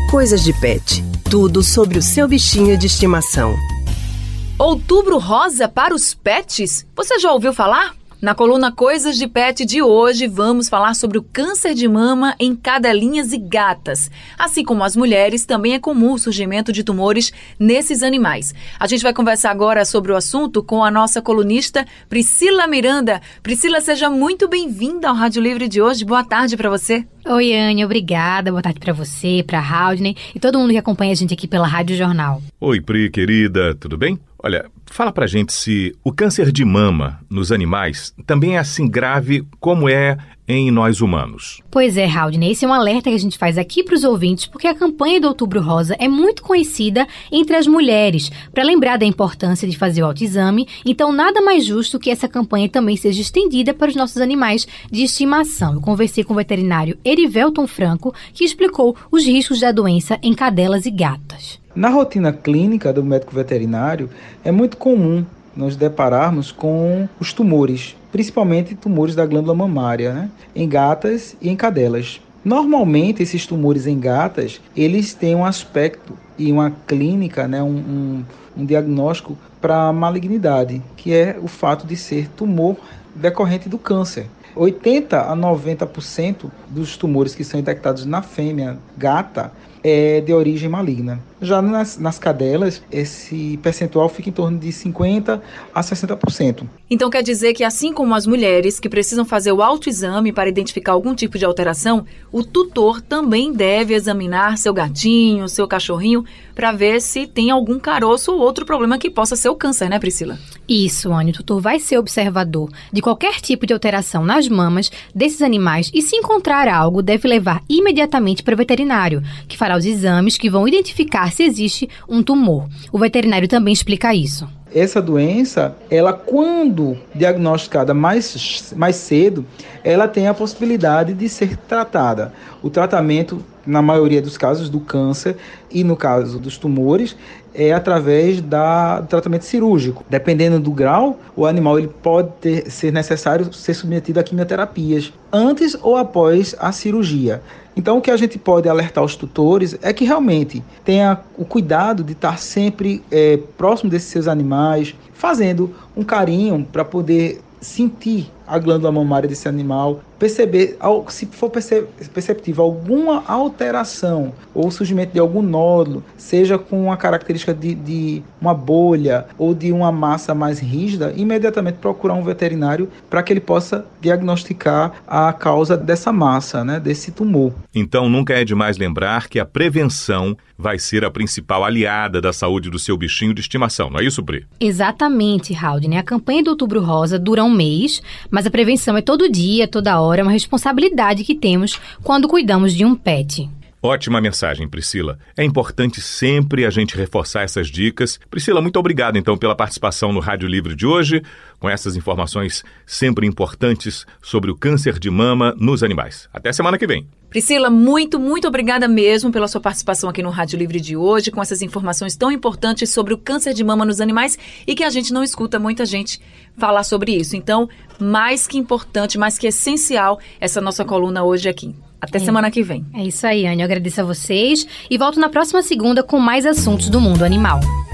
Coisas de Pet. Tudo sobre o seu bichinho de estimação. Outubro Rosa para os pets? Você já ouviu falar? Na coluna Coisas de Pet de hoje, vamos falar sobre o câncer de mama em cadelinhas e gatas. Assim como as mulheres, também é comum o surgimento de tumores nesses animais. A gente vai conversar agora sobre o assunto com a nossa colunista Priscila Miranda. Priscila, seja muito bem-vinda ao Rádio Livre de hoje. Boa tarde para você. Oi, Anne, obrigada. Boa tarde para você, para a Haldney e todo mundo que acompanha a gente aqui pela Rádio Jornal. Oi, Pri, querida, tudo bem? Olha, fala pra gente se o câncer de mama nos animais também é assim grave como é em nós humanos. Pois é, Haldney, esse é um alerta que a gente faz aqui para os ouvintes, porque a campanha do Outubro Rosa é muito conhecida entre as mulheres, para lembrar da importância de fazer o autoexame, então nada mais justo que essa campanha também seja estendida para os nossos animais de estimação. Eu conversei com o veterinário Erivelton Franco, que explicou os riscos da doença em cadelas e gatas. Na rotina clínica do médico veterinário, é muito comum nos depararmos com os tumores, principalmente tumores da glândula mamária, né? Em gatas e em cadelas. Normalmente, esses tumores em gatas, eles têm um aspecto e uma clínica, né? um diagnóstico para malignidade, que é o fato de ser tumor decorrente do câncer. 80% a 90% dos tumores que são detectados na fêmea gata é de origem maligna. Já nas cadelas, esse percentual fica em torno de 50% a 60%. Então quer dizer que assim como as mulheres que precisam fazer o autoexame para identificar algum tipo de alteração, o tutor também deve examinar seu gatinho, seu cachorrinho, para ver se tem algum caroço ou outro problema que possa ser o câncer, né, Priscila? Isso, Anny, o tutor vai ser observador de qualquer tipo de alteração nas mamas desses animais e, se encontrar algo, deve levar imediatamente para o veterinário, que fará os exames que vão identificar se existe um tumor. O veterinário também explica isso. Essa doença, ela quando diagnosticada mais cedo, ela tem a possibilidade de ser tratada. O tratamento, na maioria dos casos do câncer e no caso dos tumores, é através do tratamento cirúrgico. Dependendo do grau, o animal ele pode ser necessário ser submetido a quimioterapias antes ou após a cirurgia. Então, o que a gente pode alertar os tutores é que realmente tenha o cuidado de estar sempre próximo desses seus animais, fazendo um carinho para poder sentir a glândula mamária desse animal, perceber, se for perceptível alguma alteração ou surgimento de algum nódulo, seja com uma característica de uma bolha ou de uma massa mais rígida, imediatamente procurar um veterinário para que ele possa diagnosticar a causa dessa massa, né, desse tumor. Então, nunca é demais lembrar que a prevenção vai ser a principal aliada da saúde do seu bichinho de estimação, não é isso, Pri? Exatamente, Haldney. A campanha do Outubro Rosa dura um mês, mas a prevenção é todo dia, toda hora, é uma responsabilidade que temos quando cuidamos de um pet. Ótima mensagem, Priscila. É importante sempre a gente reforçar essas dicas. Priscila, muito obrigado, então, pela participação no Rádio Livre de hoje, com essas informações sempre importantes sobre o câncer de mama nos animais. Até semana que vem. Priscila, muito obrigada mesmo pela sua participação aqui no Rádio Livre de hoje, com essas informações tão importantes sobre o câncer de mama nos animais e que a gente não escuta muita gente falar sobre isso. Então, mais que importante, mais que essencial, essa nossa coluna hoje aqui. Até semana que vem. É isso aí, Anny. Eu agradeço a vocês e volto na próxima segunda com mais assuntos do mundo animal.